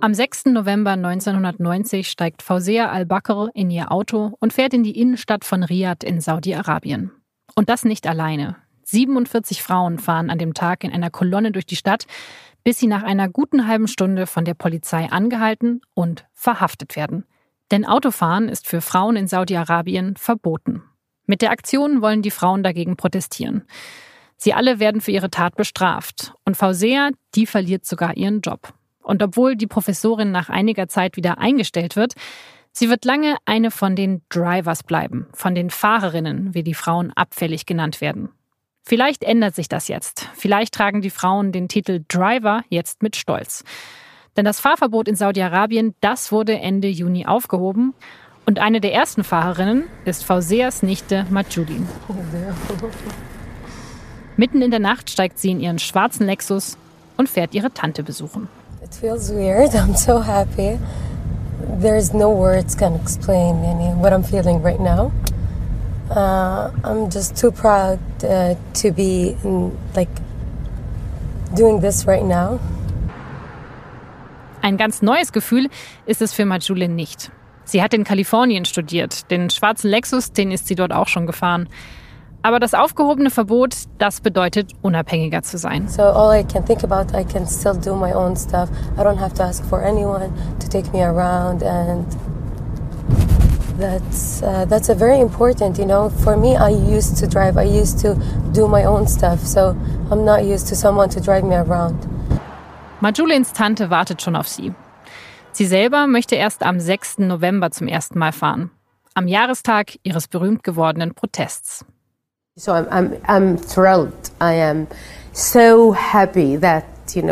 Am 6. November 1990 steigt Fawzia al-Bakr in ihr Auto und fährt in die Innenstadt von Riad in Saudi-Arabien. Und das nicht alleine. 47 Frauen fahren an dem Tag in einer Kolonne durch die Stadt, bis sie nach einer guten halben Stunde von der Polizei angehalten und verhaftet werden. Denn Autofahren ist für Frauen in Saudi-Arabien verboten. Mit der Aktion wollen die Frauen dagegen protestieren. Sie alle werden für ihre Tat bestraft. Und Fawzia, die verliert sogar ihren Job. Und obwohl die Professorin nach einiger Zeit wieder eingestellt wird, sie wird lange eine von den Drivers bleiben, von den Fahrerinnen, wie die Frauen abfällig genannt werden. Vielleicht ändert sich das jetzt. Vielleicht tragen die Frauen den Titel Driver jetzt mit Stolz. Denn das Fahrverbot in Saudi-Arabien, das wurde Ende Juni aufgehoben. Und eine der ersten Fahrerinnen ist Fawzias Nichte Majulin. Mitten in der Nacht steigt sie in ihren schwarzen Lexus und fährt ihre Tante besuchen. It feels weird. I'm so happy. There's no words can explain what I'm feeling right now. I'm just too proud to be doing this right now. Ein ganz neues Gefühl ist es für Majulin nicht. Sie hat in Kalifornien studiert. Den schwarzen Lexus, den ist sie dort auch schon gefahren. Aber das aufgehobene Verbot, das bedeutet, unabhängiger zu sein. So all I can think about, I can still do my own stuff. I don't have to ask for anyone to take me around, and that's a very important, For me, I used to drive. I used to do my own stuff. So I'm not used to someone to drive me around. Majulins Tante wartet schon auf sie. Sie selber möchte erst am 6. November zum ersten Mal fahren. Am Jahrestag ihres berühmt gewordenen Protests. So I'm thrilled. I am so happy that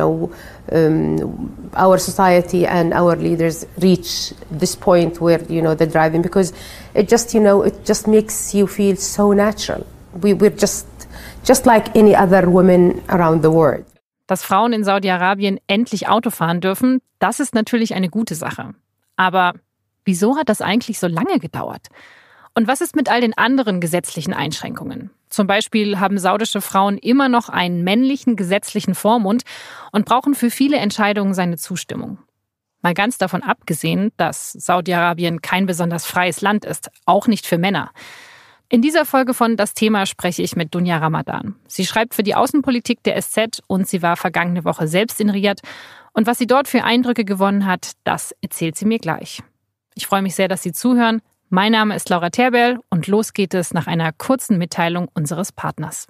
our society and our leaders reach this point where they're driving, because it just makes you feel so natural. We're just like any other women around the world. Dass Frauen in Saudi-Arabien endlich Auto fahren dürfen, das ist natürlich eine gute Sache. Aber wieso hat das eigentlich so lange gedauert? Und was ist mit all den anderen gesetzlichen Einschränkungen? Zum Beispiel haben saudische Frauen immer noch einen männlichen gesetzlichen Vormund und brauchen für viele Entscheidungen seine Zustimmung. Mal ganz davon abgesehen, dass Saudi-Arabien kein besonders freies Land ist, auch nicht für Männer. In dieser Folge von Das Thema spreche ich mit Dunja Ramadan. Sie schreibt für die Außenpolitik der SZ und sie war vergangene Woche selbst in Riad. Und was sie dort für Eindrücke gewonnen hat, das erzählt sie mir gleich. Ich freue mich sehr, dass Sie zuhören. Mein Name ist Laura Terberl und los geht es nach einer kurzen Mitteilung unseres Partners.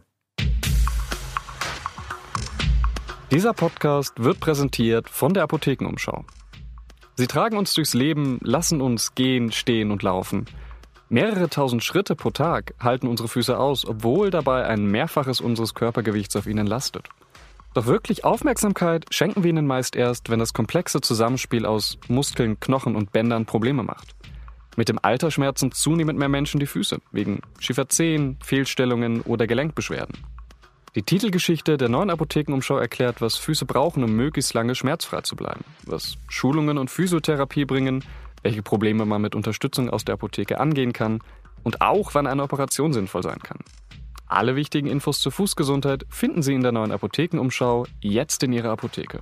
Dieser Podcast wird präsentiert von der Apothekenumschau. Sie tragen uns durchs Leben, lassen uns gehen, stehen und laufen. Mehrere tausend Schritte pro Tag halten unsere Füße aus, obwohl dabei ein Mehrfaches unseres Körpergewichts auf ihnen lastet. Doch wirklich Aufmerksamkeit schenken wir ihnen meist erst, wenn das komplexe Zusammenspiel aus Muskeln, Knochen und Bändern Probleme macht. Mit dem Alter schmerzen zunehmend mehr Menschen die Füße, wegen schiefer Zehen, Fehlstellungen oder Gelenkbeschwerden. Die Titelgeschichte der neuen Apothekenumschau erklärt, was Füße brauchen, um möglichst lange schmerzfrei zu bleiben, was Schulungen und Physiotherapie bringen, welche Probleme man mit Unterstützung aus der Apotheke angehen kann und auch, wann eine Operation sinnvoll sein kann. Alle wichtigen Infos zur Fußgesundheit finden Sie in der neuen Apothekenumschau jetzt in Ihrer Apotheke.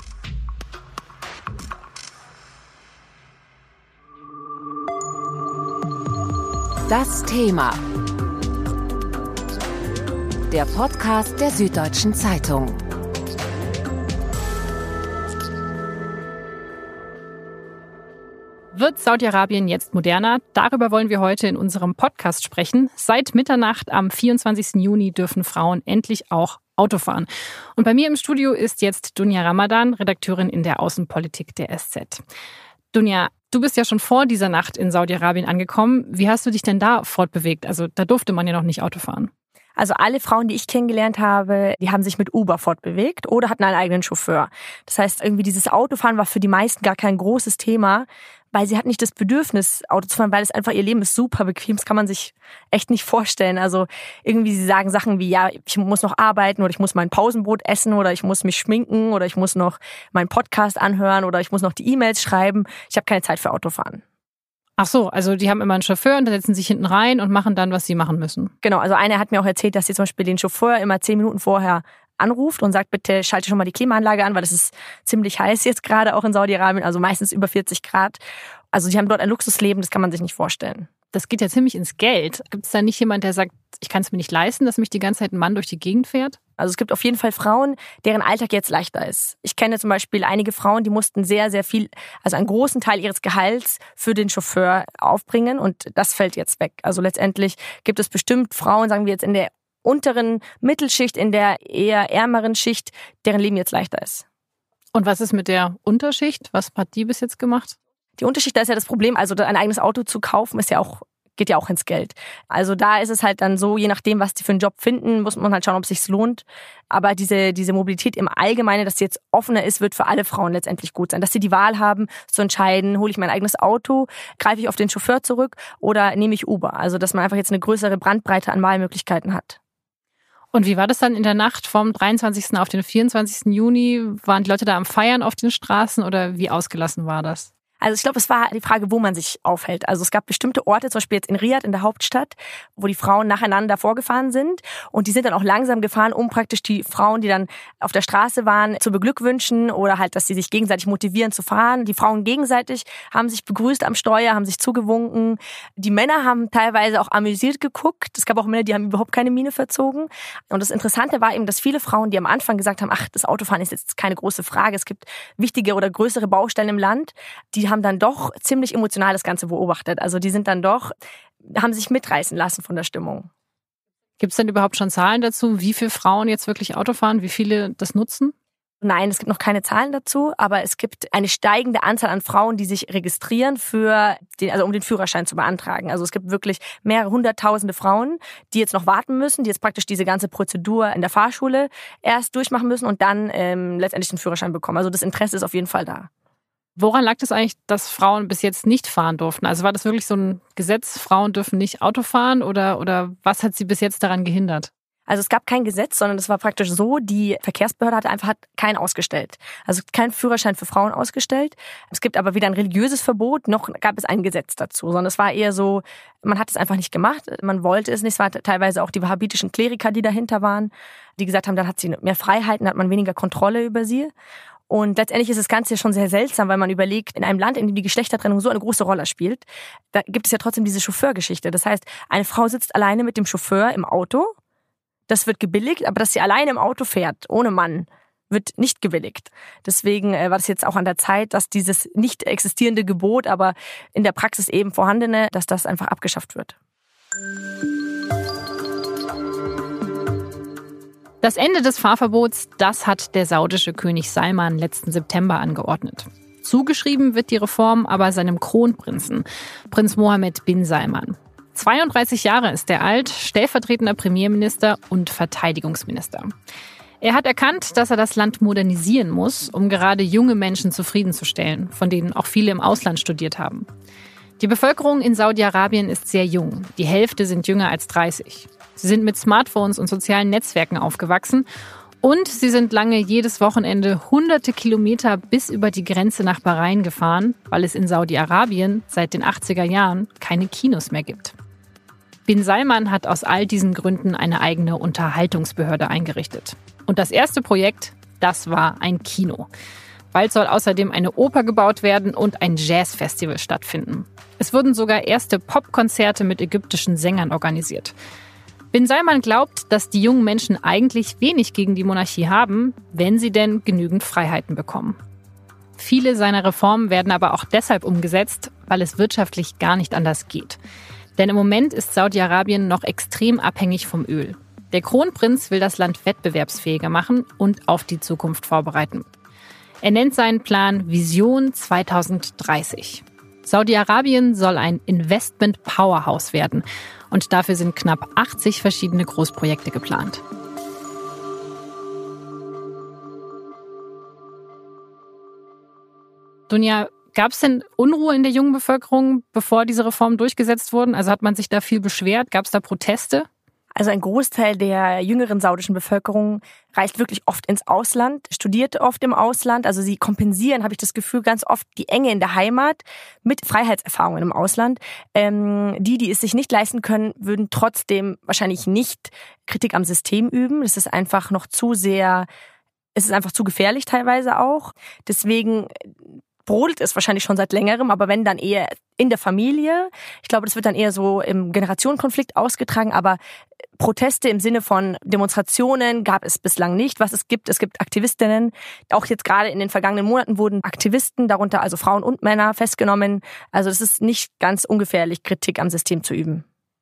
Das Thema. Der Podcast der Süddeutschen Zeitung. Wird Saudi-Arabien jetzt moderner? Darüber wollen wir heute in unserem Podcast sprechen. Seit Mitternacht am 24. Juni dürfen Frauen endlich auch Auto fahren. Und bei mir im Studio ist jetzt Dunja Ramadan, Redakteurin in der Außenpolitik der SZ. Dunja, du bist ja schon vor dieser Nacht in Saudi-Arabien angekommen. Wie hast du dich denn da fortbewegt? Also da durfte man ja noch nicht Auto fahren. Also alle Frauen, die ich kennengelernt habe, die haben sich mit Uber fortbewegt oder hatten einen eigenen Chauffeur. Das heißt, irgendwie dieses Autofahren war für die meisten gar kein großes Thema, weil sie hatten nicht das Bedürfnis, Auto zu fahren, weil es einfach, ihr Leben ist super bequem, das kann man sich echt nicht vorstellen. Also irgendwie, sie sagen Sachen wie, ja, ich muss noch arbeiten oder ich muss mein Pausenbrot essen oder ich muss mich schminken oder ich muss noch meinen Podcast anhören oder ich muss noch die E-Mails schreiben. Ich habe keine Zeit für Autofahren. Ach so, also die haben immer einen Chauffeur und da setzen sich hinten rein und machen dann, was sie machen müssen. Genau, also einer hat mir auch erzählt, dass sie zum Beispiel den Chauffeur immer 10 Minuten vorher anruft und sagt, bitte schalte schon mal die Klimaanlage an, weil es ist ziemlich heiß jetzt gerade auch in Saudi-Arabien, also meistens über 40 Grad. Also die haben dort ein Luxusleben, das kann man sich nicht vorstellen. Das geht ja ziemlich ins Geld. Gibt es da nicht jemand, der sagt, ich kann es mir nicht leisten, dass mich die ganze Zeit ein Mann durch die Gegend fährt? Also es gibt auf jeden Fall Frauen, deren Alltag jetzt leichter ist. Ich kenne zum Beispiel einige Frauen, die mussten sehr, sehr viel, also einen großen Teil ihres Gehalts für den Chauffeur aufbringen und das fällt jetzt weg. Also letztendlich gibt es bestimmt Frauen, sagen wir jetzt in der unteren Mittelschicht, in der eher ärmeren Schicht, deren Leben jetzt leichter ist. Und was ist mit der Unterschicht? Was hat die bis jetzt gemacht? Die Unterschicht, da ist ja das Problem, also ein eigenes Auto zu kaufen, geht ja auch ins Geld. Also da ist es halt dann so, je nachdem, was die für einen Job finden, muss man halt schauen, ob es sich lohnt. Aber diese Mobilität im Allgemeinen, dass sie jetzt offener ist, wird für alle Frauen letztendlich gut sein. Dass sie die Wahl haben, zu entscheiden, hole ich mein eigenes Auto, greife ich auf den Chauffeur zurück oder nehme ich Uber. Also dass man einfach jetzt eine größere Bandbreite an Wahlmöglichkeiten hat. Und wie war das dann in der Nacht vom 23. auf den 24. Juni? Waren die Leute da am Feiern auf den Straßen oder wie ausgelassen war das? Also ich glaube, es war die Frage, wo man sich aufhält. Also es gab bestimmte Orte, zum Beispiel jetzt in Riyadh, in der Hauptstadt, wo die Frauen nacheinander vorgefahren sind. Und die sind dann auch langsam gefahren, um praktisch die Frauen, die dann auf der Straße waren, zu beglückwünschen oder halt, dass sie sich gegenseitig motivieren zu fahren. Die Frauen gegenseitig haben sich begrüßt am Steuer, haben sich zugewunken. Die Männer haben teilweise auch amüsiert geguckt. Es gab auch Männer, die haben überhaupt keine Miene verzogen. Und das Interessante war eben, dass viele Frauen, die am Anfang gesagt haben, ach, das Autofahren ist jetzt keine große Frage, es gibt wichtige oder größere Baustellen im Land, die haben dann doch ziemlich emotional das Ganze beobachtet. Also die haben sich mitreißen lassen von der Stimmung. Gibt es denn überhaupt schon Zahlen dazu, wie viele Frauen jetzt wirklich Auto fahren, wie viele das nutzen? Nein, es gibt noch keine Zahlen dazu, aber es gibt eine steigende Anzahl an Frauen, die sich registrieren um den Führerschein zu beantragen. Also es gibt wirklich mehrere hunderttausende Frauen, die jetzt noch warten müssen, die jetzt praktisch diese ganze Prozedur in der Fahrschule erst durchmachen müssen und dann letztendlich den Führerschein bekommen. Also das Interesse ist auf jeden Fall da. Woran lag das eigentlich, dass Frauen bis jetzt nicht fahren durften? Also war das wirklich so ein Gesetz, Frauen dürfen nicht Auto fahren oder was hat sie bis jetzt daran gehindert? Also es gab kein Gesetz, sondern es war praktisch so, die Verkehrsbehörde hat keinen ausgestellt. Also keinen Führerschein für Frauen ausgestellt. Es gibt aber weder ein religiöses Verbot, noch gab es ein Gesetz dazu, sondern es war eher so, man hat es einfach nicht gemacht, man wollte es nicht. Es waren teilweise auch die wahhabitischen Kleriker, die dahinter waren, die gesagt haben, dann hat sie mehr Freiheiten, hat man weniger Kontrolle über sie. Und letztendlich ist das Ganze schon sehr seltsam, weil man überlegt, in einem Land, in dem die Geschlechtertrennung so eine große Rolle spielt, da gibt es ja trotzdem diese Chauffeurgeschichte. Das heißt, eine Frau sitzt alleine mit dem Chauffeur im Auto, das wird gebilligt, aber dass sie alleine im Auto fährt, ohne Mann, wird nicht gebilligt. Deswegen war das jetzt auch an der Zeit, dass dieses nicht existierende Gebot, aber in der Praxis eben vorhandene, dass das einfach abgeschafft wird. Das Ende des Fahrverbots, das hat der saudische König Salman letzten September angeordnet. Zugeschrieben wird die Reform aber seinem Kronprinzen, Prinz Mohammed bin Salman. 32 Jahre ist er alt, stellvertretender Premierminister und Verteidigungsminister. Er hat erkannt, dass er das Land modernisieren muss, um gerade junge Menschen zufriedenzustellen, von denen auch viele im Ausland studiert haben. Die Bevölkerung in Saudi-Arabien ist sehr jung. Die Hälfte sind jünger als 30. Sie sind mit Smartphones und sozialen Netzwerken aufgewachsen und sie sind lange jedes Wochenende hunderte Kilometer bis über die Grenze nach Bahrain gefahren, weil es in Saudi-Arabien seit den 80er Jahren keine Kinos mehr gibt. Bin Salman hat aus all diesen Gründen eine eigene Unterhaltungsbehörde eingerichtet. Und das erste Projekt, das war ein Kino. Bald soll außerdem eine Oper gebaut werden und ein Jazzfestival stattfinden. Es wurden sogar erste Popkonzerte mit ägyptischen Sängern organisiert. Bin Salman glaubt, dass die jungen Menschen eigentlich wenig gegen die Monarchie haben, wenn sie denn genügend Freiheiten bekommen. Viele seiner Reformen werden aber auch deshalb umgesetzt, weil es wirtschaftlich gar nicht anders geht. Denn im Moment ist Saudi-Arabien noch extrem abhängig vom Öl. Der Kronprinz will das Land wettbewerbsfähiger machen und auf die Zukunft vorbereiten. Er nennt seinen Plan Vision 2030. Saudi-Arabien soll ein Investment-Powerhouse werden und dafür sind knapp 80 verschiedene Großprojekte geplant. Dunja, gab es denn Unruhe in der jungen Bevölkerung, bevor diese Reformen durchgesetzt wurden? Also hat man sich da viel beschwert? Gab es da Proteste? Also ein Großteil der jüngeren saudischen Bevölkerung reist wirklich oft ins Ausland, studiert oft im Ausland. Also sie kompensieren, habe ich das Gefühl, ganz oft die Enge in der Heimat mit Freiheitserfahrungen im Ausland. Die es sich nicht leisten können, würden trotzdem wahrscheinlich nicht Kritik am System üben. Das ist einfach noch zu sehr, es ist einfach zu gefährlich teilweise auch. Deswegen brodelt es wahrscheinlich schon seit längerem, aber wenn dann eher in der Familie. Ich glaube, das wird dann eher so im Generationenkonflikt ausgetragen, aber Proteste im Sinne von Demonstrationen gab es bislang nicht. Was es gibt Aktivistinnen. Auch jetzt gerade in den vergangenen Monaten wurden Aktivisten, darunter also Frauen und Männer, festgenommen. Also es ist nicht ganz ungefährlich, Kritik am System zu üben.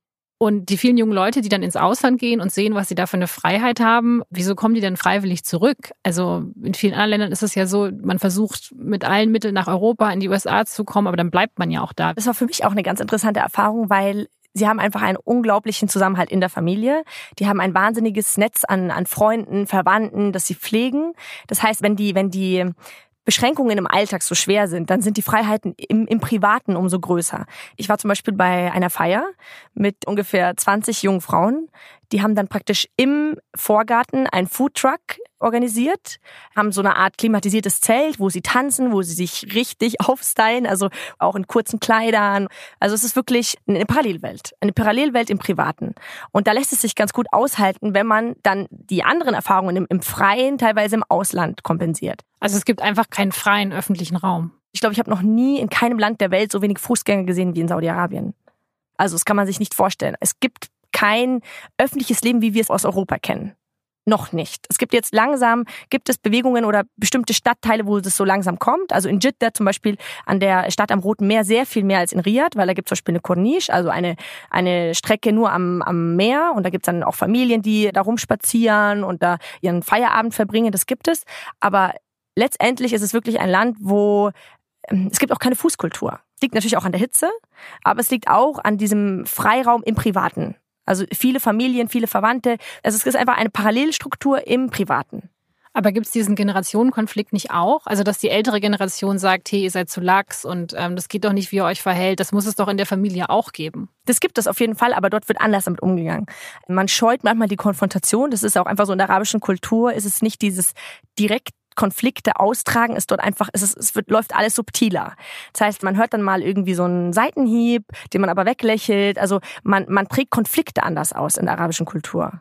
Und die vielen jungen Leute, die dann ins Ausland gehen und sehen, was sie da für eine Freiheit haben, wieso kommen die denn freiwillig zurück? Also in vielen anderen Ländern ist es ja so, man versucht mit allen Mitteln nach Europa, in die USA zu kommen, aber dann bleibt man ja auch da. Das war für mich auch eine ganz interessante Erfahrung, weil sie haben einfach einen unglaublichen Zusammenhalt in der Familie. Die haben ein wahnsinniges Netz an Freunden, Verwandten, das sie pflegen. Das heißt, wenn die Beschränkungen im Alltag so schwer sind, dann sind die Freiheiten im Privaten umso größer. Ich war zum Beispiel bei einer Feier mit ungefähr 20 jungen Frauen. Die haben dann praktisch im Vorgarten einen Foodtruck organisiert, haben so eine Art klimatisiertes Zelt, wo sie tanzen, wo sie sich richtig aufstylen, also auch in kurzen Kleidern. Also es ist wirklich eine Parallelwelt im Privaten. Und da lässt es sich ganz gut aushalten, wenn man dann die anderen Erfahrungen im Freien, teilweise im Ausland kompensiert. Also es gibt einfach keinen freien öffentlichen Raum. Ich glaube, ich habe noch nie in keinem Land der Welt so wenig Fußgänger gesehen wie in Saudi-Arabien. Also das kann man sich nicht vorstellen. Es gibt kein öffentliches Leben, wie wir es aus Europa kennen. Noch nicht. Es gibt Bewegungen oder bestimmte Stadtteile, wo das so langsam kommt. Also in Jeddah zum Beispiel an der Stadt am Roten Meer sehr viel mehr als in Riyadh, weil da gibt es zum Beispiel eine Corniche, also eine Strecke nur am Meer. Und da gibt es dann auch Familien, die da rumspazieren und da ihren Feierabend verbringen. Das gibt es. Aber letztendlich ist es wirklich ein Land, wo es gibt auch keine Fußkultur. Liegt natürlich auch an der Hitze, aber es liegt auch an diesem Freiraum im Privaten. Also viele Familien, viele Verwandte. Also es ist einfach eine Parallelstruktur im Privaten. Aber gibt es diesen Generationenkonflikt nicht auch? Also dass die ältere Generation sagt, hey, ihr seid zu lax und das geht doch nicht, wie ihr euch verhält. Das muss es doch in der Familie auch geben. Das gibt es auf jeden Fall, aber dort wird anders damit umgegangen. Man scheut manchmal die Konfrontation. Das ist auch einfach so in der arabischen Kultur. Ist es nicht dieses direkt Konflikte austragen, ist dort einfach, läuft alles subtiler. Das heißt, man hört dann mal irgendwie so einen Seitenhieb, den man aber weglächelt. Also man trägt Konflikte anders aus in der arabischen Kultur.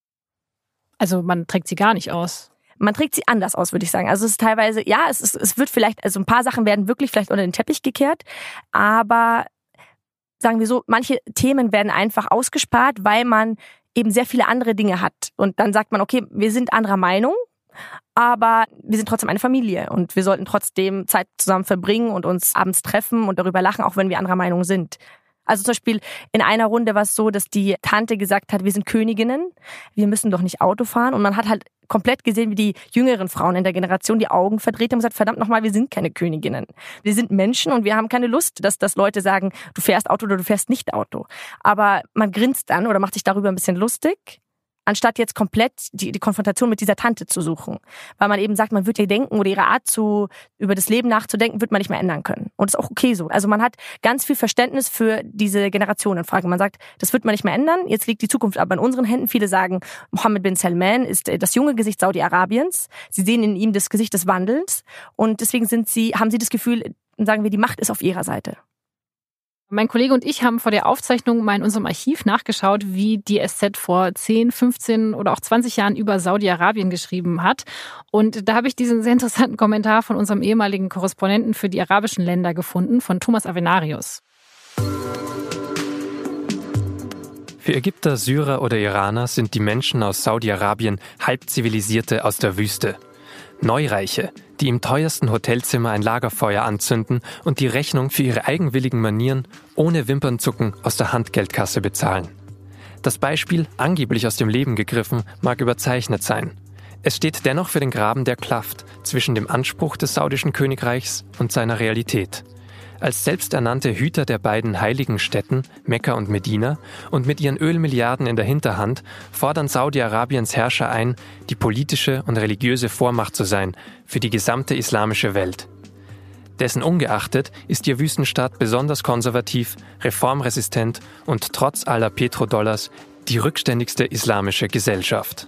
Also man trägt sie gar nicht aus. Man trägt sie anders aus, würde ich sagen. Also es ist teilweise, ja, es wird vielleicht, also ein paar Sachen werden wirklich vielleicht unter den Teppich gekehrt, aber sagen wir so, manche Themen werden einfach ausgespart, weil man eben sehr viele andere Dinge hat. Und dann sagt man, okay, wir sind anderer Meinung, aber wir sind trotzdem eine Familie und wir sollten trotzdem Zeit zusammen verbringen und uns abends treffen und darüber lachen, auch wenn wir anderer Meinung sind. Also zum Beispiel in einer Runde war es so, dass die Tante gesagt hat, wir sind Königinnen, wir müssen doch nicht Auto fahren. Und man hat halt komplett gesehen, wie die jüngeren Frauen in der Generation die Augen verdreht haben und gesagt, verdammt nochmal, wir sind keine Königinnen. Wir sind Menschen und wir haben keine Lust, dass Leute sagen, du fährst Auto oder du fährst nicht Auto. Aber man grinst dann oder macht sich darüber ein bisschen lustig, anstatt jetzt komplett die Konfrontation mit dieser Tante zu suchen. Weil man eben sagt, man wird ihr denken oder ihre Art über das Leben nachzudenken, wird man nicht mehr ändern können. Und das ist auch okay so. Also man hat ganz viel Verständnis für diese Generationenfrage. Man sagt, das wird man nicht mehr ändern, jetzt liegt die Zukunft aber in unseren Händen. Viele sagen, Mohammed bin Salman ist das junge Gesicht Saudi-Arabiens. Sie sehen in ihm das Gesicht des Wandels und deswegen haben sie das Gefühl, sagen wir, die Macht ist auf ihrer Seite. Mein Kollege und ich haben vor der Aufzeichnung mal in unserem Archiv nachgeschaut, wie die SZ vor 10, 15 oder auch 20 Jahren über Saudi-Arabien geschrieben hat. Und da habe ich diesen sehr interessanten Kommentar von unserem ehemaligen Korrespondenten für die arabischen Länder gefunden, von Thomas Avenarius. Für Ägypter, Syrer oder Iraner sind die Menschen aus Saudi-Arabien Halbzivilisierte aus der Wüste. Neureiche, die im teuersten Hotelzimmer ein Lagerfeuer anzünden und die Rechnung für ihre eigenwilligen Manieren ohne Wimpernzucken aus der Handgeldkasse bezahlen. Das Beispiel, angeblich aus dem Leben gegriffen, mag überzeichnet sein. Es steht dennoch für den Graben, der klafft zwischen dem Anspruch des saudischen Königreichs und seiner Realität. Als selbsternannte Hüter der beiden heiligen Städten, Mekka und Medina, und mit ihren Ölmilliarden in der Hinterhand, fordern Saudi-Arabiens Herrscher ein, die politische und religiöse Vormacht zu sein für die gesamte islamische Welt. Dessen ungeachtet ist ihr Wüstenstaat besonders konservativ, reformresistent und trotz aller Petrodollars die rückständigste islamische Gesellschaft.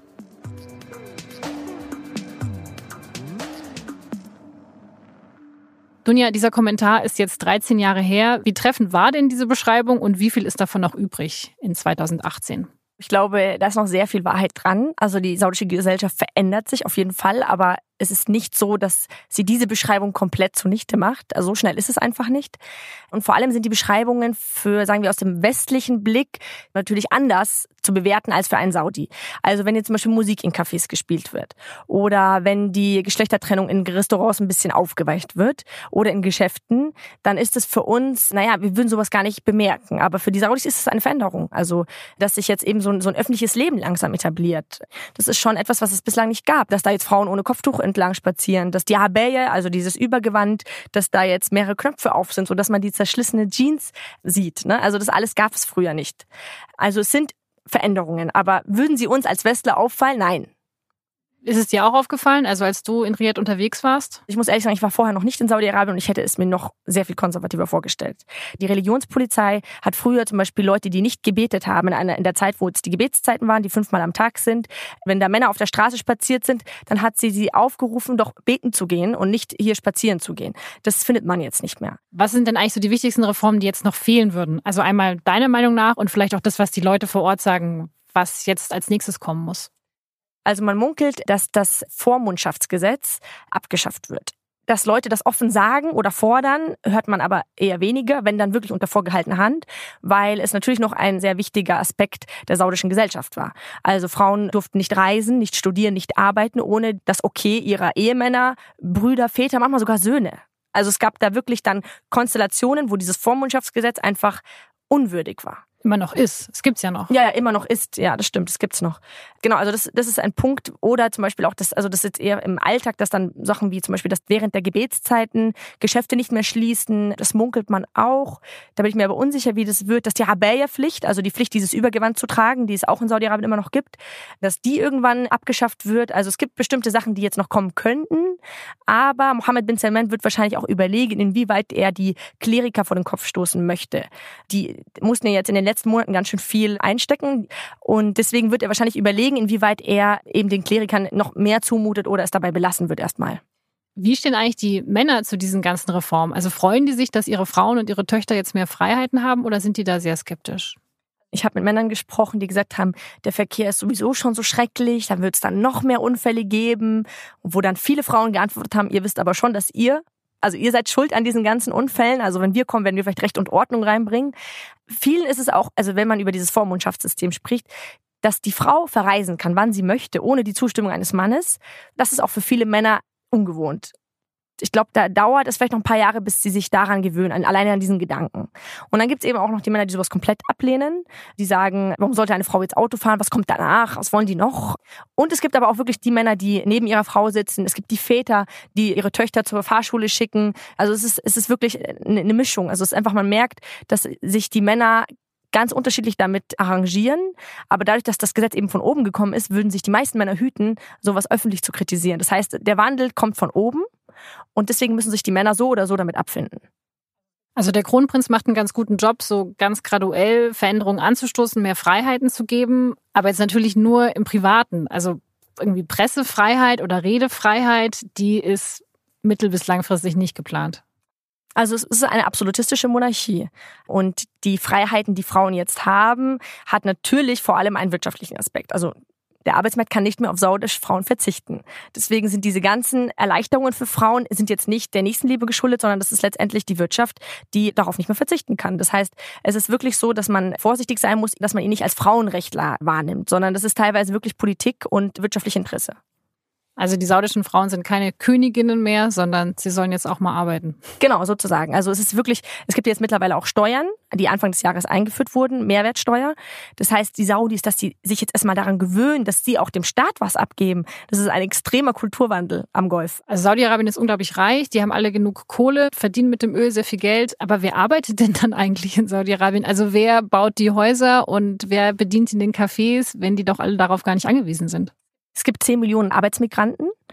Dunja, dieser Kommentar ist jetzt 13 Jahre her. Wie treffend war denn diese Beschreibung und wie viel ist davon noch übrig in 2018? Ich glaube, da ist noch sehr viel Wahrheit dran. Also die saudische Gesellschaft verändert sich auf jeden Fall, aber es ist nicht so, dass sie diese Beschreibung komplett zunichte macht. Also so schnell ist es einfach nicht. Und vor allem sind die Beschreibungen für, sagen wir, aus dem westlichen Blick natürlich anders zu bewerten als für einen Saudi. Also wenn jetzt zum Beispiel Musik in Cafés gespielt wird oder wenn die Geschlechtertrennung in Restaurants ein bisschen aufgeweicht wird oder in Geschäften, dann ist es für uns, wir würden sowas gar nicht bemerken. Aber für die Saudis ist es eine Veränderung. Also dass sich jetzt eben so ein öffentliches Leben langsam etabliert. Das ist schon etwas, was es bislang nicht gab, dass da jetzt Frauen ohne Kopftuch entlang spazieren, dass die Abaya, also dieses Übergewand, dass da jetzt mehrere Knöpfe auf sind, sodass man die zerschlissene Jeans sieht. Ne? Also das alles gab es früher nicht. Also es sind Veränderungen, aber würden sie uns als Westler auffallen? Nein. Ist es dir auch aufgefallen, also als du in Riyadh unterwegs warst? Ich muss ehrlich sagen, ich war vorher noch nicht in Saudi-Arabien und ich hätte es mir noch sehr viel konservativer vorgestellt. Die Religionspolizei hat früher zum Beispiel Leute, die nicht gebetet haben, in der Zeit, wo es die Gebetszeiten waren, die 5-mal am Tag sind, wenn da Männer auf der Straße spaziert sind, dann hat sie aufgerufen, doch beten zu gehen und nicht hier spazieren zu gehen. Das findet man jetzt nicht mehr. Was sind denn eigentlich so die wichtigsten Reformen, die jetzt noch fehlen würden? Also einmal deiner Meinung nach und vielleicht auch das, was die Leute vor Ort sagen, was jetzt als nächstes kommen muss. Also man munkelt, dass das Vormundschaftsgesetz abgeschafft wird. Dass Leute das offen sagen oder fordern, hört man aber eher weniger, wenn dann wirklich unter vorgehaltener Hand, weil es natürlich noch ein sehr wichtiger Aspekt der saudischen Gesellschaft war. Also Frauen durften nicht reisen, nicht studieren, nicht arbeiten, ohne das Okay ihrer Ehemänner, Brüder, Väter, manchmal sogar Söhne. Also es gab da wirklich dann Konstellationen, wo dieses Vormundschaftsgesetz einfach unwürdig war. Immer noch ist. Es gibt's ja noch. Ja, immer noch ist. Ja, das stimmt. Das gibt's noch. Genau, also das ist ein Punkt. Oder zum Beispiel auch das ist jetzt eher im Alltag, dass dann Sachen wie zum Beispiel, dass während der Gebetszeiten Geschäfte nicht mehr schließen. Das munkelt man auch. Da bin ich mir aber unsicher, wie das wird, dass die Abaya-Pflicht, also die Pflicht, dieses Übergewand zu tragen, die es auch in Saudi-Arabien immer noch gibt, dass die irgendwann abgeschafft wird. Also es gibt bestimmte Sachen, die jetzt noch kommen könnten. Aber Mohammed bin Salman wird wahrscheinlich auch überlegen, inwieweit er die Kleriker vor den Kopf stoßen möchte. Die mussten ja jetzt in den letzten Monaten ganz schön viel einstecken und deswegen wird er wahrscheinlich überlegen, inwieweit er eben den Klerikern noch mehr zumutet oder es dabei belassen wird erstmal. Wie stehen eigentlich die Männer zu diesen ganzen Reformen? Also freuen die sich, dass ihre Frauen und ihre Töchter jetzt mehr Freiheiten haben oder sind die da sehr skeptisch? Ich habe mit Männern gesprochen, die gesagt haben, der Verkehr ist sowieso schon so schrecklich, dann wird es dann noch mehr Unfälle geben, wo dann viele Frauen geantwortet haben, ihr wisst aber schon, dass ihr seid schuld an diesen ganzen Unfällen. Also wenn wir kommen, werden wir vielleicht Recht und Ordnung reinbringen. Vielen ist es auch, also wenn man über dieses Vormundschaftssystem spricht, dass die Frau verreisen kann, wann sie möchte, ohne die Zustimmung eines Mannes. Das ist auch für viele Männer ungewohnt. Ich glaube, da dauert es vielleicht noch ein paar Jahre, bis sie sich daran gewöhnen, alleine an diesen Gedanken. Und dann gibt es eben auch noch die Männer, die sowas komplett ablehnen. Die sagen, warum sollte eine Frau jetzt Auto fahren? Was kommt danach? Was wollen die noch? Und es gibt aber auch wirklich die Männer, die neben ihrer Frau sitzen. Es gibt die Väter, die ihre Töchter zur Fahrschule schicken. Also es ist wirklich eine Mischung. Also es ist einfach, man merkt, dass sich die Männer ganz unterschiedlich damit arrangieren. Aber dadurch, dass das Gesetz eben von oben gekommen ist, würden sich die meisten Männer hüten, sowas öffentlich zu kritisieren. Das heißt, der Wandel kommt von oben. Und deswegen müssen sich die Männer so oder so damit abfinden. Also der Kronprinz macht einen ganz guten Job, so ganz graduell Veränderungen anzustoßen, mehr Freiheiten zu geben, aber jetzt natürlich nur im Privaten. Also irgendwie Pressefreiheit oder Redefreiheit, die ist mittel- bis langfristig nicht geplant. Also es ist eine absolutistische Monarchie und die Freiheiten, die Frauen jetzt haben, hat natürlich vor allem einen wirtschaftlichen Aspekt. Also der Arbeitsmarkt kann nicht mehr auf saudische Frauen verzichten. Deswegen sind diese ganzen Erleichterungen für Frauen sind jetzt nicht der Nächstenliebe geschuldet, sondern das ist letztendlich die Wirtschaft, die darauf nicht mehr verzichten kann. Das heißt, es ist wirklich so, dass man vorsichtig sein muss, dass man ihn nicht als Frauenrechtler wahrnimmt, sondern das ist teilweise wirklich Politik und wirtschaftliche Interesse. Also die saudischen Frauen sind keine Königinnen mehr, sondern sie sollen jetzt auch mal arbeiten. Genau, sozusagen. Also es gibt jetzt mittlerweile auch Steuern, die Anfang des Jahres eingeführt wurden, Mehrwertsteuer. Das heißt, die Saudis, dass die sich jetzt erstmal daran gewöhnen, dass sie auch dem Staat was abgeben. Das ist ein extremer Kulturwandel am Golf. Also Saudi-Arabien ist unglaublich reich, die haben alle genug Kohle, verdienen mit dem Öl sehr viel Geld. Aber wer arbeitet denn dann eigentlich in Saudi-Arabien? Also wer baut die Häuser und wer bedient in den Cafés, wenn die doch alle darauf gar nicht angewiesen sind? Es gibt 10 Millionen Arbeitsmigranten.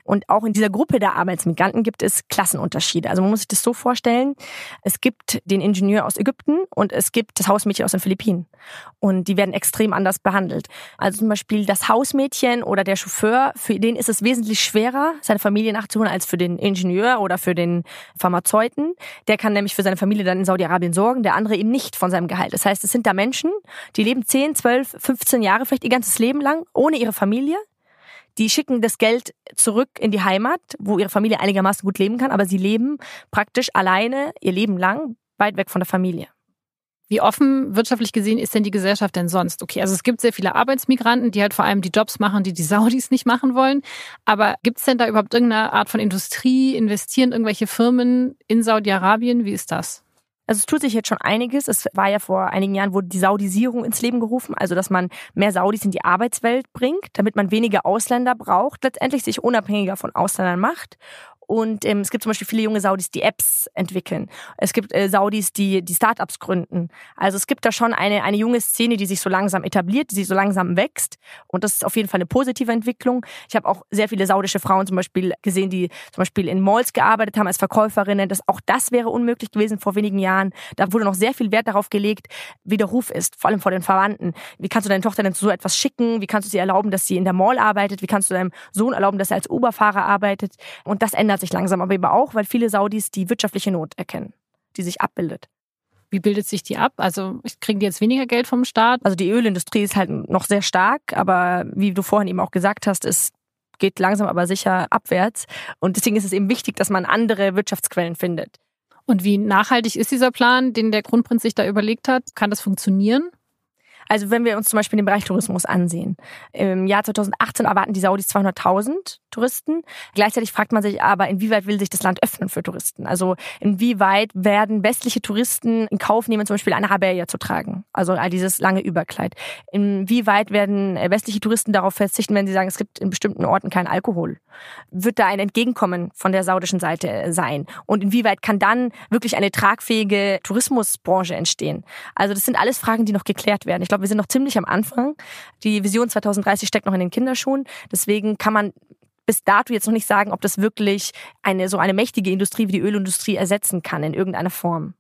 Und auch in dieser Gruppe der Arbeitsmigranten gibt es Klassenunterschiede. Also man muss sich das so vorstellen, es gibt den Ingenieur aus Ägypten und es gibt das Hausmädchen aus den Philippinen. Und die werden extrem anders behandelt. Also zum Beispiel das Hausmädchen oder der Chauffeur, für den ist es wesentlich schwerer, seine Familie nachzuholen, als für den Ingenieur oder für den Pharmazeuten. Der kann nämlich für seine Familie dann in Saudi-Arabien sorgen, der andere eben nicht von seinem Gehalt. Das heißt, es sind da Menschen, die leben 10, 12, 15 Jahre, vielleicht ihr ganzes Leben lang, ohne ihre Familie. Die schicken das Geld zurück in die Heimat, wo ihre Familie einigermaßen gut leben kann, aber sie leben praktisch alleine ihr Leben lang weit weg von der Familie. Wie offen wirtschaftlich gesehen ist denn die Gesellschaft denn sonst? Okay, also es gibt sehr viele Arbeitsmigranten, die halt vor allem die Jobs machen, die Saudis nicht machen wollen. Aber gibt es denn da überhaupt irgendeine Art von Industrie? Investieren irgendwelche Firmen in Saudi-Arabien? Wie ist das? Also es tut sich jetzt schon einiges. Es war ja vor einigen Jahren, wurde die Saudisierung ins Leben gerufen, also dass man mehr Saudis in die Arbeitswelt bringt, damit man weniger Ausländer braucht, letztendlich sich unabhängiger von Ausländern macht. Und es gibt zum Beispiel viele junge Saudis, die Apps entwickeln. Es gibt Saudis, die Startups gründen. Also es gibt da schon eine junge Szene, die sich so langsam etabliert, die sich so langsam wächst. Und das ist auf jeden Fall eine positive Entwicklung. Ich habe auch sehr viele saudische Frauen zum Beispiel gesehen, die zum Beispiel in Malls gearbeitet haben als Verkäuferinnen. Auch das wäre unmöglich gewesen vor wenigen Jahren. Da wurde noch sehr viel Wert darauf gelegt, wie der Ruf ist, vor allem vor den Verwandten. Wie kannst du deine Tochter denn zu so etwas schicken? Wie kannst du sie erlauben, dass sie in der Mall arbeitet? Wie kannst du deinem Sohn erlauben, dass er als Uber-Fahrer arbeitet? Und das ändert sich langsam, aber eben auch, weil viele Saudis die wirtschaftliche Not erkennen, die sich abbildet. Wie bildet sich die ab? Also kriegen die jetzt weniger Geld vom Staat? Also die Ölindustrie ist halt noch sehr stark, aber wie du vorhin eben auch gesagt hast, es geht langsam aber sicher abwärts. Und deswegen ist es eben wichtig, dass man andere Wirtschaftsquellen findet. Und wie nachhaltig ist dieser Plan, den der Kronprinz sich da überlegt hat? Kann das funktionieren? Also wenn wir uns zum Beispiel den Bereich Tourismus ansehen. Im Jahr 2018 erwarten die Saudis 200.000 Touristen. Gleichzeitig fragt man sich aber, inwieweit will sich das Land öffnen für Touristen? Also inwieweit werden westliche Touristen in Kauf nehmen, zum Beispiel eine Rabea zu tragen? Also all dieses lange Überkleid. Inwieweit werden westliche Touristen darauf verzichten, wenn sie sagen, es gibt in bestimmten Orten keinen Alkohol? Wird da ein Entgegenkommen von der saudischen Seite sein? Und inwieweit kann dann wirklich eine tragfähige Tourismusbranche entstehen? Also das sind alles Fragen, die noch geklärt werden. Ich glaube, wir sind noch ziemlich am Anfang. Die Vision 2030 steckt noch in den Kinderschuhen. Deswegen kann man bis dato jetzt noch nicht sagen, ob das wirklich eine mächtige Industrie wie die Ölindustrie ersetzen kann in irgendeiner Form.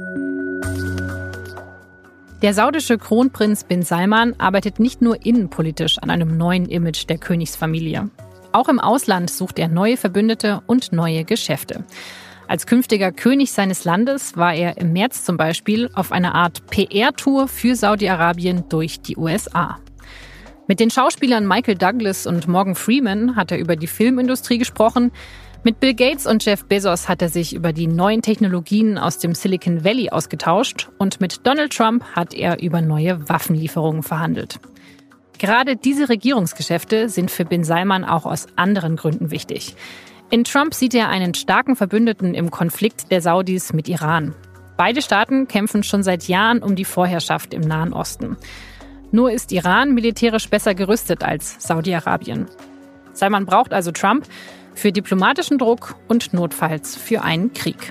Der saudische Kronprinz bin Salman arbeitet nicht nur innenpolitisch an einem neuen Image der Königsfamilie. Auch im Ausland sucht er neue Verbündete und neue Geschäfte. Als künftiger König seines Landes war er im März zum Beispiel auf einer Art PR-Tour für Saudi-Arabien durch die USA. Mit den Schauspielern Michael Douglas und Morgan Freeman hat er über die Filmindustrie gesprochen. Mit Bill Gates und Jeff Bezos hat er sich über die neuen Technologien aus dem Silicon Valley ausgetauscht. Und mit Donald Trump hat er über neue Waffenlieferungen verhandelt. Gerade diese Regierungsgeschäfte sind für bin Salman auch aus anderen Gründen wichtig. In Trump sieht er einen starken Verbündeten im Konflikt der Saudis mit Iran. Beide Staaten kämpfen schon seit Jahren um die Vorherrschaft im Nahen Osten. Nur ist Iran militärisch besser gerüstet als Saudi-Arabien. Salman braucht also Trump für diplomatischen Druck und notfalls für einen Krieg.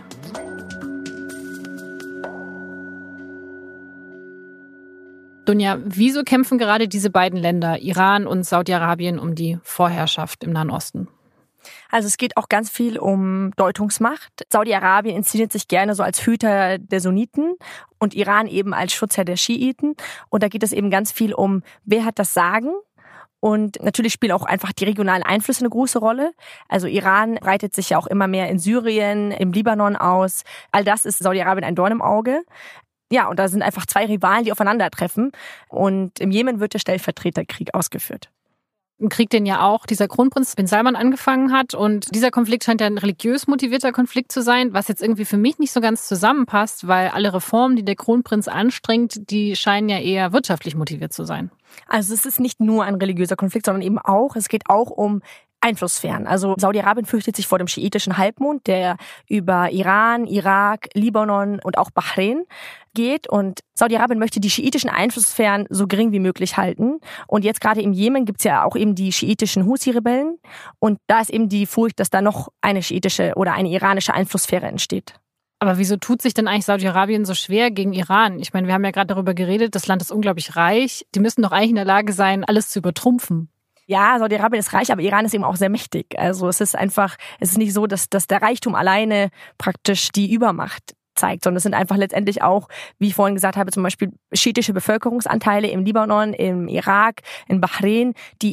Dunja, wieso kämpfen gerade diese beiden Länder, Iran und Saudi-Arabien, um die Vorherrschaft im Nahen Osten? Also es geht auch ganz viel um Deutungsmacht. Saudi-Arabien inszeniert sich gerne so als Hüter der Sunniten und Iran eben als Schutzherr der Schiiten. Und da geht es eben ganz viel um, wer hat das Sagen? Und natürlich spielen auch einfach die regionalen Einflüsse eine große Rolle. Also Iran breitet sich ja auch immer mehr in Syrien, im Libanon aus. All das ist Saudi-Arabien ein Dorn im Auge. Ja, und da sind einfach zwei Rivalen, die aufeinandertreffen. Und im Jemen wird der Stellvertreterkrieg ausgeführt. Ein Krieg, den ja auch dieser Kronprinz bin Salman angefangen hat. Und dieser Konflikt scheint ja ein religiös motivierter Konflikt zu sein, was jetzt irgendwie für mich nicht so ganz zusammenpasst, weil alle Reformen, die der Kronprinz anstrengt, die scheinen ja eher wirtschaftlich motiviert zu sein. Also es ist nicht nur ein religiöser Konflikt, sondern eben auch, es geht auch um Einflusssphären. Also Saudi-Arabien fürchtet sich vor dem schiitischen Halbmond, der über Iran, Irak, Libanon und auch Bahrain geht. Und Saudi-Arabien möchte die schiitischen Einflusssphären so gering wie möglich halten. Und jetzt gerade im Jemen gibt's ja auch eben die schiitischen Husi-Rebellen. Und da ist eben die Furcht, dass da noch eine schiitische oder eine iranische Einflusssphäre entsteht. Aber wieso tut sich denn eigentlich Saudi-Arabien so schwer gegen Iran? Ich meine, wir haben ja gerade darüber geredet, das Land ist unglaublich reich. Die müssen doch eigentlich in der Lage sein, alles zu übertrumpfen. Ja, Saudi-Arabien ist reich, aber Iran ist eben auch sehr mächtig. Also es ist nicht so, dass der Reichtum alleine praktisch die Übermacht zeigt, sondern es sind einfach letztendlich auch, wie ich vorhin gesagt habe, zum Beispiel schiitische Bevölkerungsanteile im Libanon, im Irak, in Bahrain, die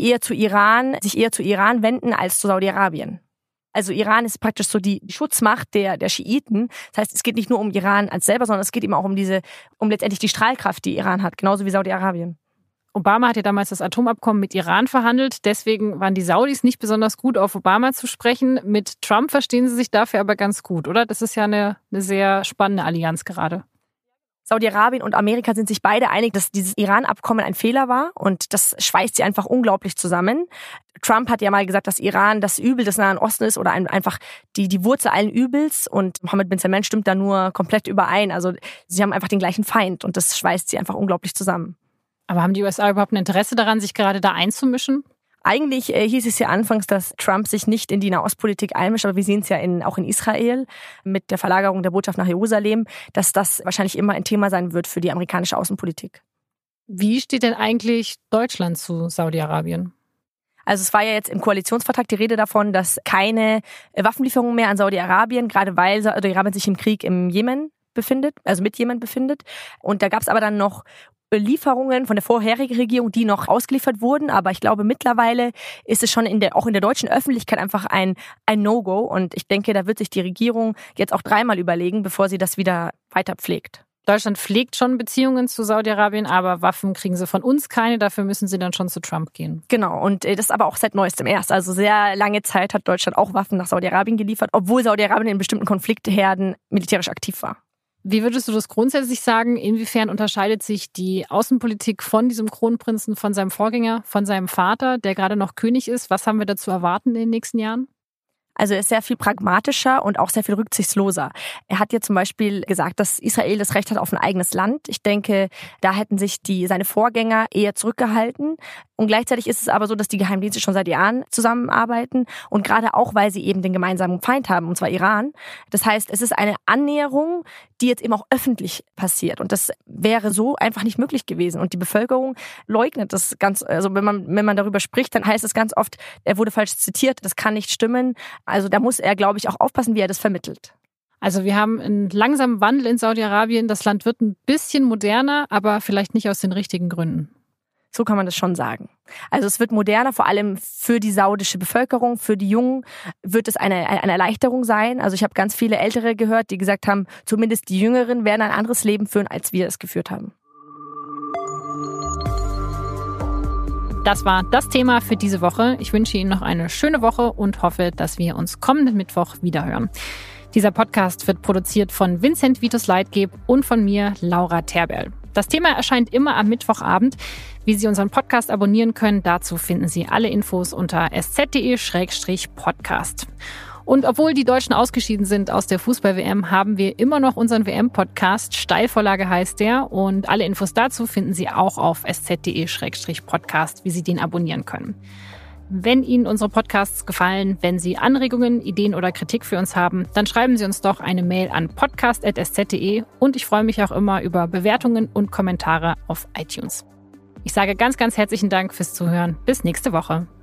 sich eher zu Iran wenden als zu Saudi-Arabien. Also Iran ist praktisch so die Schutzmacht der Schiiten. Das heißt, es geht nicht nur um Iran als selber, sondern es geht eben auch um letztendlich die Strahlkraft, die Iran hat, genauso wie Saudi-Arabien. Obama hat ja damals das Atomabkommen mit Iran verhandelt. Deswegen waren die Saudis nicht besonders gut auf Obama zu sprechen. Mit Trump verstehen sie sich dafür aber ganz gut, oder? Das ist ja eine sehr spannende Allianz gerade. Saudi-Arabien und Amerika sind sich beide einig, dass dieses Iran-Abkommen ein Fehler war und das schweißt sie einfach unglaublich zusammen. Trump hat ja mal gesagt, dass Iran das Übel des Nahen Ostens ist oder einfach die Wurzel allen Übels und Mohammed bin Salman stimmt da nur komplett überein. Also sie haben einfach den gleichen Feind und das schweißt sie einfach unglaublich zusammen. Aber haben die USA überhaupt ein Interesse daran, sich gerade da einzumischen? Eigentlich hieß es ja anfangs, dass Trump sich nicht in die Nahostpolitik einmischt, aber wir sehen es ja auch in Israel mit der Verlagerung der Botschaft nach Jerusalem, dass das wahrscheinlich immer ein Thema sein wird für die amerikanische Außenpolitik. Wie steht denn eigentlich Deutschland zu Saudi-Arabien? Also es war ja jetzt im Koalitionsvertrag die Rede davon, dass keine Waffenlieferungen mehr an Saudi-Arabien, gerade weil Saudi-Arabien sich im Krieg im Jemen befindet, also mit Jemen befindet. Und da gab es aber dann noch Lieferungen von der vorherigen Regierung, die noch ausgeliefert wurden. Aber ich glaube, mittlerweile ist es schon auch in der deutschen Öffentlichkeit einfach ein No-Go. Und ich denke, da wird sich die Regierung jetzt auch dreimal überlegen, bevor sie das wieder weiter pflegt. Deutschland pflegt schon Beziehungen zu Saudi-Arabien, aber Waffen kriegen sie von uns keine. Dafür müssen sie dann schon zu Trump gehen. Genau, und das ist aber auch seit neuestem erst. Also sehr lange Zeit hat Deutschland auch Waffen nach Saudi-Arabien geliefert, obwohl Saudi-Arabien in bestimmten Konfliktherden militärisch aktiv war. Wie würdest du das grundsätzlich sagen? Inwiefern unterscheidet sich die Außenpolitik von diesem Kronprinzen, von seinem Vorgänger, von seinem Vater, der gerade noch König ist? Was haben wir da zu erwarten in den nächsten Jahren? Also er ist sehr viel pragmatischer und auch sehr viel rücksichtsloser. Er hat ja zum Beispiel gesagt, dass Israel das Recht hat auf ein eigenes Land. Ich denke, da hätten sich seine Vorgänger eher zurückgehalten. Und gleichzeitig ist es aber so, dass die Geheimdienste schon seit Jahren zusammenarbeiten und gerade auch, weil sie eben den gemeinsamen Feind haben, und zwar Iran. Das heißt, es ist eine Annäherung, die jetzt eben auch öffentlich passiert. Und das wäre so einfach nicht möglich gewesen. Und die Bevölkerung leugnet das ganz, also wenn man darüber spricht, dann heißt es ganz oft, er wurde falsch zitiert, das kann nicht stimmen. Also da muss er, glaube ich, auch aufpassen, wie er das vermittelt. Also wir haben einen langsamen Wandel in Saudi-Arabien. Das Land wird ein bisschen moderner, aber vielleicht nicht aus den richtigen Gründen. So kann man das schon sagen. Also es wird moderner, vor allem für die saudische Bevölkerung, für die Jungen wird es eine Erleichterung sein. Also ich habe ganz viele Ältere gehört, die gesagt haben, zumindest die Jüngeren werden ein anderes Leben führen, als wir es geführt haben. Das war das Thema für diese Woche. Ich wünsche Ihnen noch eine schöne Woche und hoffe, dass wir uns kommenden Mittwoch wiederhören. Dieser Podcast wird produziert von Vincent Vitus Leitgeb und von mir, Laura Terberl. Das Thema erscheint immer am Mittwochabend. Wie Sie unseren Podcast abonnieren können, dazu finden Sie alle Infos unter sz.de/podcast. Und obwohl die Deutschen ausgeschieden sind aus der Fußball-WM, haben wir immer noch unseren WM-Podcast. Steilvorlage heißt der. Und alle Infos dazu finden Sie auch auf sz.de/podcast, wie Sie den abonnieren können. Wenn Ihnen unsere Podcasts gefallen, wenn Sie Anregungen, Ideen oder Kritik für uns haben, dann schreiben Sie uns doch eine Mail an podcast@sz.de und ich freue mich auch immer über Bewertungen und Kommentare auf iTunes. Ich sage ganz, ganz herzlichen Dank fürs Zuhören. Bis nächste Woche.